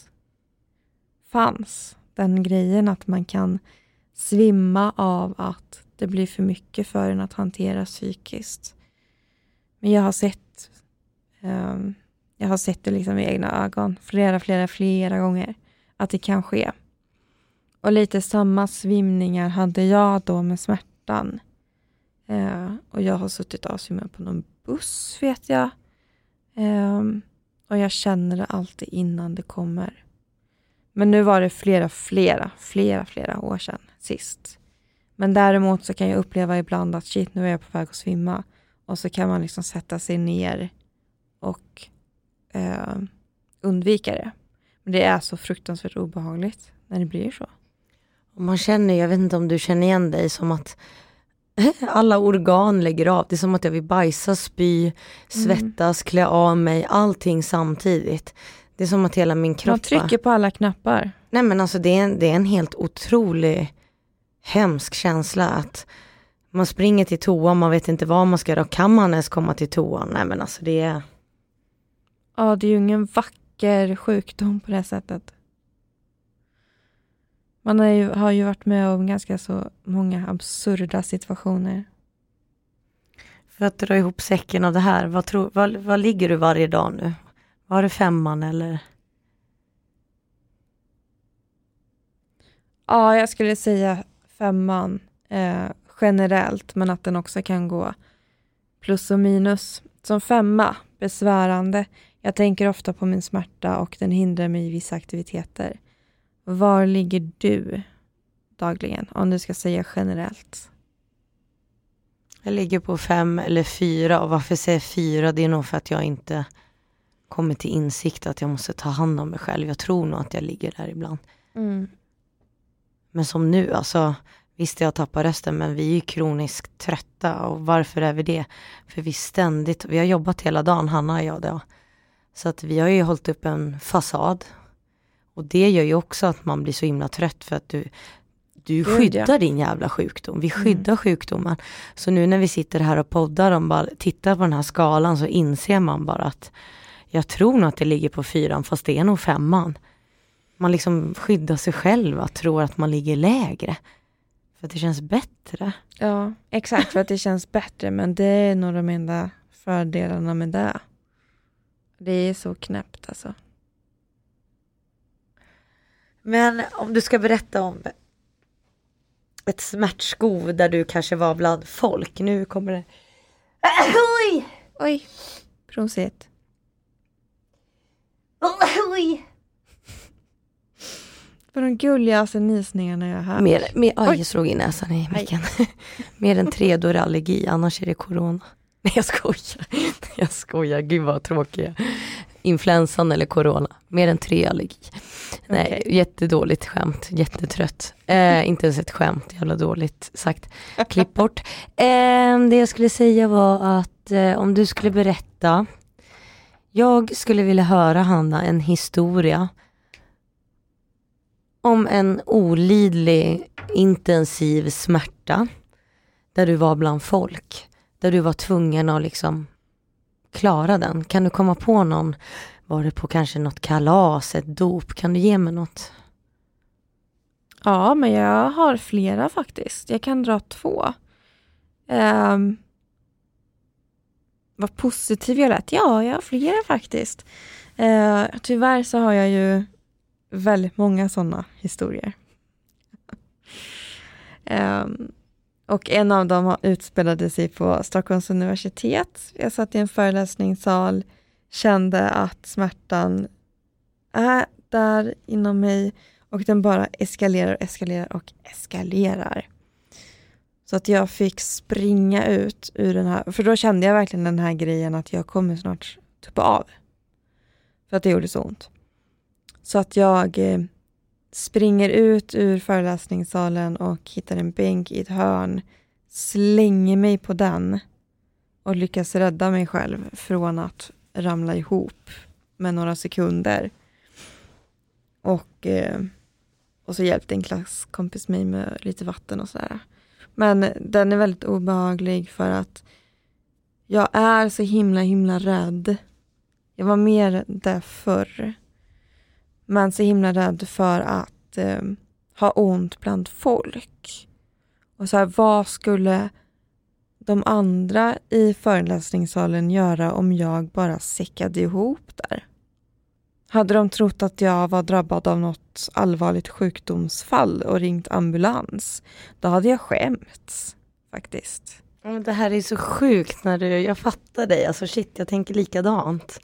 fanns den grejen att man kan svimma av att det blir för mycket för en att hantera psykiskt. Men jag har sett um, jag har sett det liksom i egna ögon flera, flera, flera gånger att det kan ske. Och lite samma svimningar hade jag då med smärtan. Uh, och jag har suttit och svimmat på någon buss vet jag. Um, och jag känner det alltid innan det kommer. Men nu var det flera, flera, flera, flera år sedan sist. Men däremot så kan jag uppleva ibland att shit, nu är jag på väg att svimma. Och så kan man liksom sätta sig ner och eh, undvika det. Men det är så fruktansvärt obehagligt när det blir så. Och man känner, jag vet inte om du känner igen dig, som att alla organ lägger av. Det är som att jag vill bajsa, spy, svettas, mm. klä av mig, allting samtidigt. Det är som att hela min kropp... Man trycker på alla knappar. Nej men alltså det är en, det är en helt otrolig hemsk känsla att man springer till toa, man vet inte vad man ska göra. Kan man ens komma till toan? Nej men alltså det är... Ja, det är ju ingen vacker sjukdom på det sättet. Man har ju, har ju varit med om ganska så många absurda situationer. För att dra ihop säcken av det här, vad, tror, vad, vad ligger du varje dag nu? Var det femman eller? Ja, jag skulle säga femman eh, generellt. Men att den också kan gå plus och minus. Som femma, besvärande. Jag tänker ofta på min smärta och den hindrar mig i vissa aktiviteter. Var ligger du dagligen? Om du ska säga generellt. Jag ligger på fem eller fyra. Och varför säger fyra? Det är nog för att jag inte... kommer till insikt att jag måste ta hand om mig själv. Jag tror nog att jag ligger där ibland. Mm. Men som nu, alltså visst jag tappar rösten, men vi är ju kroniskt trötta. Och varför är vi det? För vi ständigt, vi har jobbat hela dagen, Hanna och jag då. Så att vi har ju hållit upp en fasad. Och det gör ju också att man blir så himla trött för att du, du skyddar ja. din jävla sjukdom. Vi skyddar mm. sjukdomen. Så nu när vi sitter här och poddar och bara tittar på den här skalan så inser man bara att jag tror nog att det ligger på fyran fast det är nog femman. Man liksom skyddar sig själv och tror att man ligger lägre. För att det känns bättre. Ja, exakt för att det känns bättre. Men det är nog de enda fördelarna med det. Det är så knäppt alltså. Men om du ska berätta om ett smärtskov där du kanske var bland folk. Nu kommer det. Oj! Oj, prosit. Oj! För de gulligaste nysningarna jag har. Mer, mer, oj, jag slog in näsan i micken. Mer än tre då är det allergi, annars är det corona. Nej, jag skojar. Jag skojar, gud vad tråkiga. Influensan eller corona. Mer än tre allergi. Nej, okay. Jättedåligt skämt. Jättetrött. Eh, inte ens ett skämt, jävla dåligt sagt. Klipp bort. Eh, det jag skulle säga var att eh, om du skulle berätta. Jag skulle vilja höra, Hanna, en historia om en olidlig, intensiv smärta där du var bland folk. Där du var tvungen att liksom klara den. Kan du komma på någon? Var det på kanske något kalas, ett dop? Kan du ge mig något? Ja, men jag har flera faktiskt. Jag kan dra två. Um, vad positiv jag lät. Ja, jag har flera faktiskt. Uh, tyvärr så har jag ju väldigt många sådana historier. um, och en av dem utspelade sig på Stockholms universitet. Jag satt i en föreläsningssal, kände att smärtan är där inom mig och den bara eskalerar, eskalerar och eskalerar. Så att jag fick springa ut ur den här, för då kände jag verkligen den här grejen att jag kommer snart tuppa av. För att det gjorde så ont. Så att jag eh, springer ut ur föreläsningssalen och hittar en bänk i ett hörn. Slänger mig på den. Och lyckas rädda mig själv från att ramla ihop med några sekunder. Och, eh, och så hjälpte en klasskompis mig med lite vatten och sådär. Men den är väldigt obehaglig för att jag är så himla himla rädd. Jag var mer där förr. Men så himla rädd för att eh, ha ont bland folk. Och så här, vad skulle de andra i föreläsningssalen göra om jag bara säckade ihop där? Hade de trott att jag var drabbad av något allvarligt sjukdomsfall och ringt ambulans, då hade jag skämts faktiskt. Det här är så sjukt när du, jag fattar dig, alltså shit, jag tänker likadant.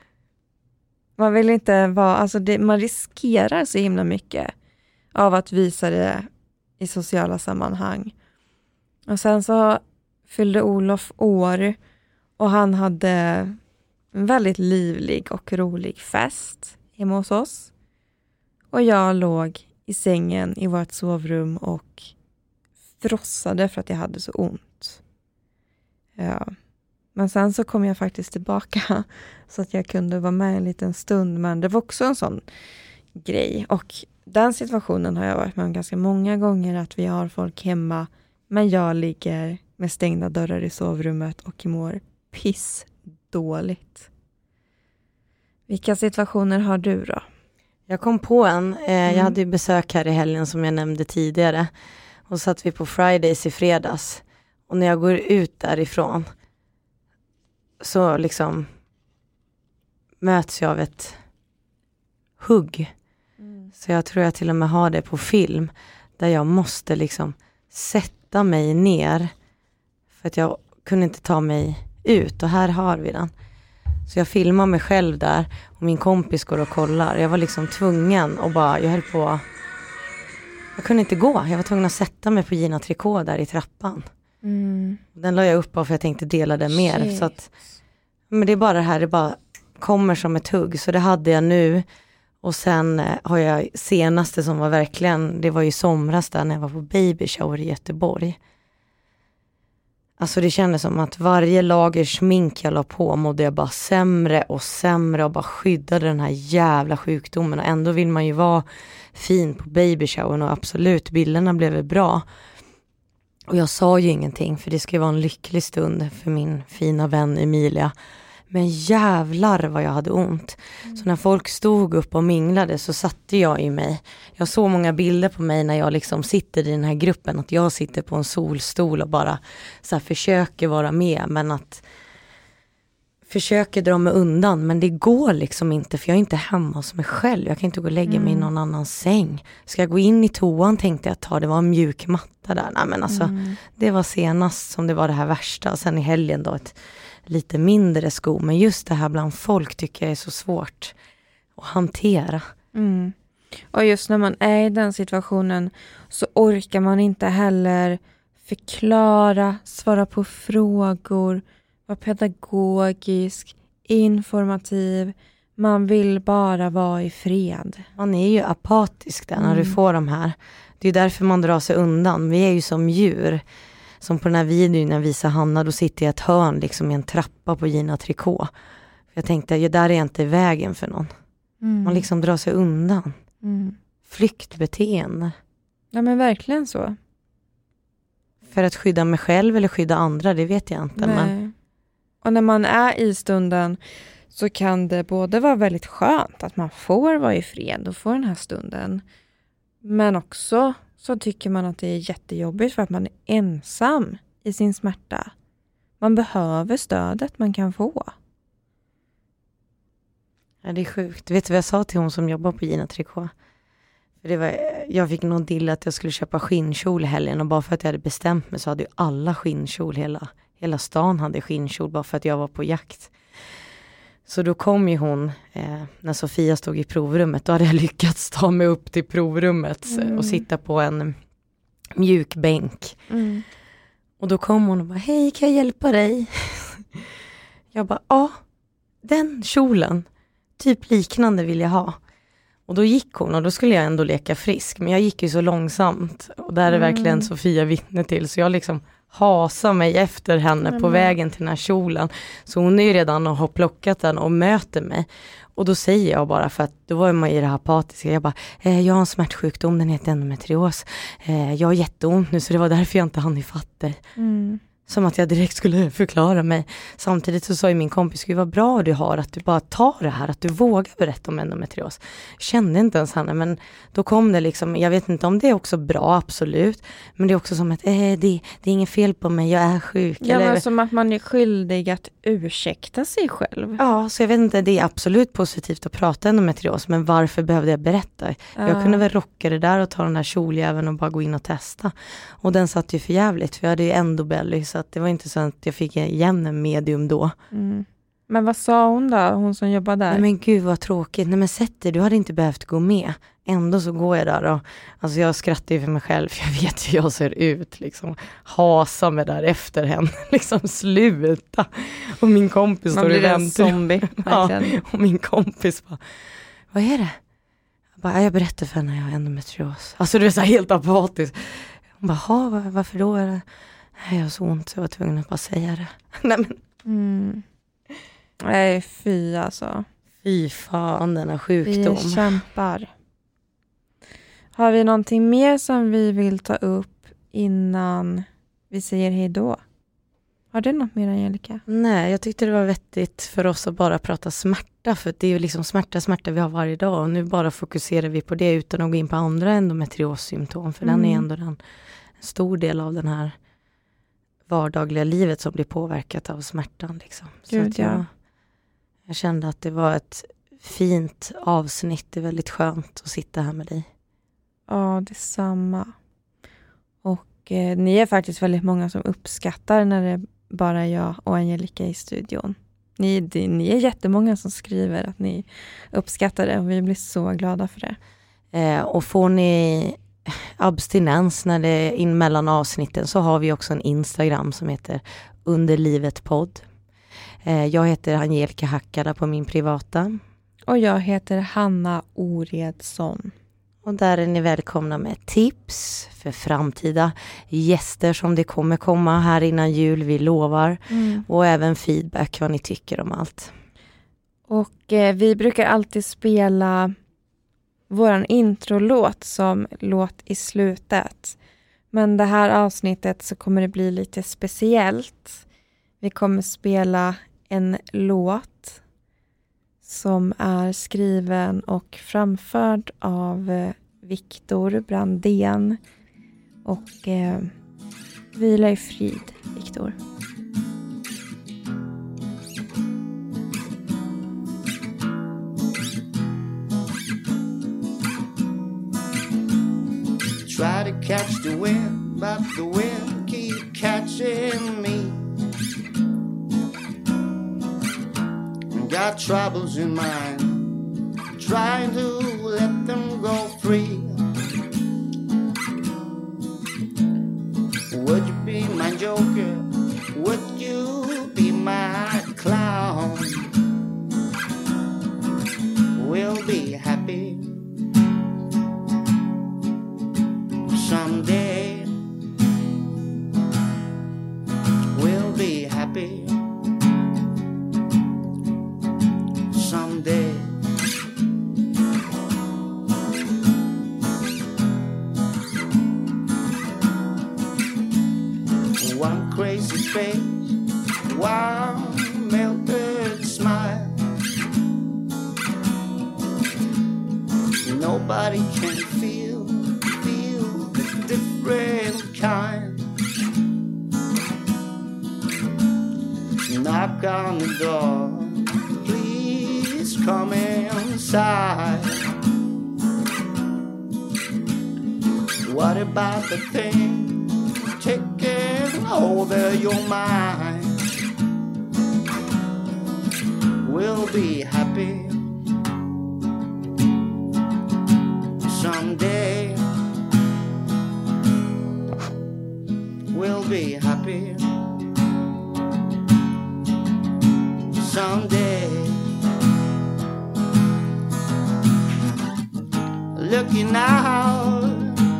Man vill inte vara, alltså det, man riskerar så himla mycket av att visa det i sociala sammanhang. Och sen så fyllde Olof år och han hade en väldigt livlig och rolig fest hemma hos oss. Och jag låg i sängen i vårt sovrum och frossade för att jag hade så ont. Ja. Men sen så kom jag faktiskt tillbaka så att jag kunde vara med en liten stund. Men det var också en sån grej. Och den situationen har jag varit med om ganska många gånger. Att vi har folk hemma. Men jag ligger med stängda dörrar i sovrummet och mår piss dåligt. Vilka situationer har du då? Jag kom på en. Eh, mm. Jag hade ju besök här i helgen som jag nämnde tidigare. Och satt vi på Fridays i fredags. Och när jag går ut därifrån så liksom möts jag av ett hugg. Mm. Så jag tror jag till och med har det på film. Där jag måste liksom sätta mig ner. För att jag kunde inte ta mig ut. Och här har vi den. Så jag filmar mig själv där. Och min kompis går och kollar. Jag var liksom tvungen och bara, jag höll på. Jag kunde inte gå. Jag var tvungen att sätta mig på Gina Tricot där i trappan. Mm. Den la jag upp på för jag tänkte dela den mer. Så att, men det är bara det här, det bara kommer som ett hugg. Så det hade jag nu. Och sen eh, har jag senaste som var verkligen, det var ju somras där när jag var på baby shower i Göteborg. Alltså det kändes som att varje lager smink jag la på mådde jag bara sämre och sämre och bara skyddade den här jävla sjukdomen. Och ändå vill man ju vara fin på baby showern och absolut, bilderna blev bra. Och jag sa ju ingenting för det skulle vara en lycklig stund för min fina vän Emilia. Men jävlar vad jag hade ont. Mm. Så när folk stod upp och minglade så satte jag i mig. Jag såg många bilder på mig när jag liksom sitter i den här gruppen. Att jag sitter på en solstol och bara så här försöker vara med. Men att försöker dra mig undan, men det går liksom inte, för jag är inte hemma hos mig själv. Jag kan inte gå och lägga mm. mig i någon annans säng. Ska jag gå in i toan, tänkte jag ta, det var en mjuk matta där. Nej, men alltså, mm. det var senast som det var det här värsta. Och sen i helgen då ett lite mindre sko. Men just det här bland folk tycker jag är så svårt att hantera. Mm. Och just när man är i den situationen så orkar man inte heller förklara, svara på frågor, vara pedagogisk, informativ. Man vill bara vara i fred. Man är ju apatisk där när mm. du får de här. Det är därför man drar sig undan. Vi är ju som djur. Som på den här videon när jag visar Hanna, då sitter jag i ett hörn liksom i en trappa på Gina Tricot. Jag tänkte, ja, där är jag inte i vägen för någon. Mm. Man liksom drar sig undan. Mm. Flyktbeteende. Ja, men verkligen så. För att skydda mig själv eller skydda andra, det vet jag inte. Men... Och när man är i stunden så kan det både vara väldigt skönt att man får vara i fred och få den här stunden. Men också så tycker man att det är jättejobbigt för att man är ensam i sin smärta. Man behöver stödet man kan få. Ja, det är sjukt. Vet du vad jag sa till hon som jobbar på Gina Tricot? För det var, jag fick någon till att jag skulle köpa skinnkjol i helgen, och bara för att jag hade bestämt mig så hade ju alla skinnkjol, hela, hela stan hade skinnkjol bara för att jag var på jakt. Så då kom ju hon, eh, när Sofia stod i provrummet, då hade jag lyckats ta mig upp till provrummet mm. och sitta på en mjuk bänk. Mm. Och då kom hon och bara, hej, kan jag hjälpa dig? Jag bara, ja, den kjolen, typ liknande vill jag ha. Och då gick hon, och då skulle jag ändå leka frisk. Men jag gick ju så långsamt. Och där är verkligen mm. Sofia vittne till. Så jag liksom hasar mig efter henne mm. på vägen till den här kjolen. Så hon är ju redan och har plockat den och möter mig. Och då säger jag bara, för att då var man i det här apatiska. Jag bara, eh, jag har en smärtsjukdom, den heter endometrios. Eh, jag har jätteont nu, så det var därför jag inte hann ifatt dig. Mm. Som att jag direkt skulle förklara mig. Samtidigt så sa ju min kompis, gud vad bra du har att du bara tar det här, att du vågar berätta om endometrios. Jag kände inte ens henne, men då kom det liksom, jag vet inte om det är också bra, absolut. Men det är också som att, eh, det, det är ingen fel på mig, jag är sjuk. Ja, eller, men som att man är skyldig att ursäkta sig själv. Ja, så jag vet inte, det är absolut positivt att prata endometrios, men varför behövde jag berätta? Ja. Jag kunde väl rocka det där och ta den här kjoljäveln och bara gå in och testa. Och den satt ju för jävligt, för jag hade ju endobelly, så att det var inte så att jag fick igen en medium då. Mm. Men vad sa hon då, hon som jobbade där? Nej men gud vad tråkigt. Nej men sätt dig, du hade inte behövt gå med. Ändå så går jag där och alltså jag skrattar ju för mig själv, för jag vet hur jag ser ut. Liksom hasa mig där efter henne. liksom sluta. Och min kompis Man står i väntrum. zombie. Ja, och min kompis bara, vad är det? Jag bara, jag berättar för henne, jag har endometrios. Alltså du är så här helt apatisk. Hon bara, var, varför då? Är det? Nej, jag har så ont så jag var tvungen att bara säga det. Nej, men. Mm. Nej, fy alltså. Fy fan, denna sjukdom. Vi kämpar. Har vi någonting mer som vi vill ta upp innan vi säger hej då? Har du något mer, Angelica? Nej, jag tyckte det var vettigt för oss att bara prata smärta. För det är ju liksom smärta, smärta vi har varje dag. Och nu bara fokuserar vi på det utan att gå in på andra endometriossymptom. För mm. den är ändå den, en stor del av den här vardagliga livet som blir påverkat av smärtan. Liksom. Gud, så att jag, ja. jag kände att det var ett fint avsnitt. Det är väldigt skönt att sitta här med dig. Ja, detsamma. Och eh, ni är faktiskt väldigt många som uppskattar när det är bara jag och Angelica i studion. Ni, det, ni är jättemånga som skriver att ni uppskattar det, och vi blir så glada för det. Eh, och får ni abstinens när det är in mellan avsnitten, så har vi också en Instagram som heter Underlivetpodd. Eh, jag heter Angelica Hackala på min privata. Och jag heter Hanna Oredsson. Och där är ni välkomna med tips för framtida gäster som det kommer komma här innan jul, vi lovar. Mm. Och även feedback vad ni tycker om allt. Och eh, vi brukar alltid spela våran introlåt som låt i slutet. Men det här avsnittet så kommer det bli lite speciellt. Vi kommer spela en låt som är skriven och framförd av eh, Viktor Brandén. Och eh, vila i frid, Viktor. catch the wind, but the wind keep catching me. Got troubles in mind, trying to let them go free. Would you be my joker? Would you be my clown? We'll be happy someday. We'll be happy someday. One crazy face, one melted smile. Nobody can feel, feel the different kind. Knock on the door, please come inside. What about the thing taking over your mind? We'll be happy someday. We'll be happy someday. Looking out,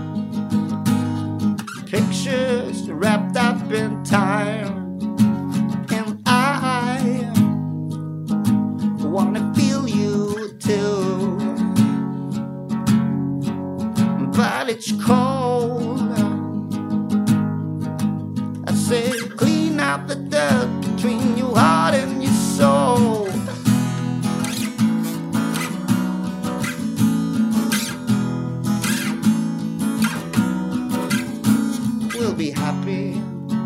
pictures wrapped up in time, and I wanna feel you too, but it's cold. I say clean out the dirt between your heart and your soul. We'll be happy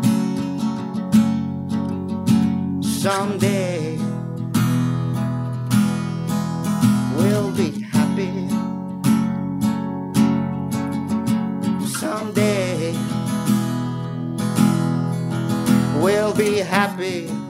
someday. We'll be happy someday. We'll be happy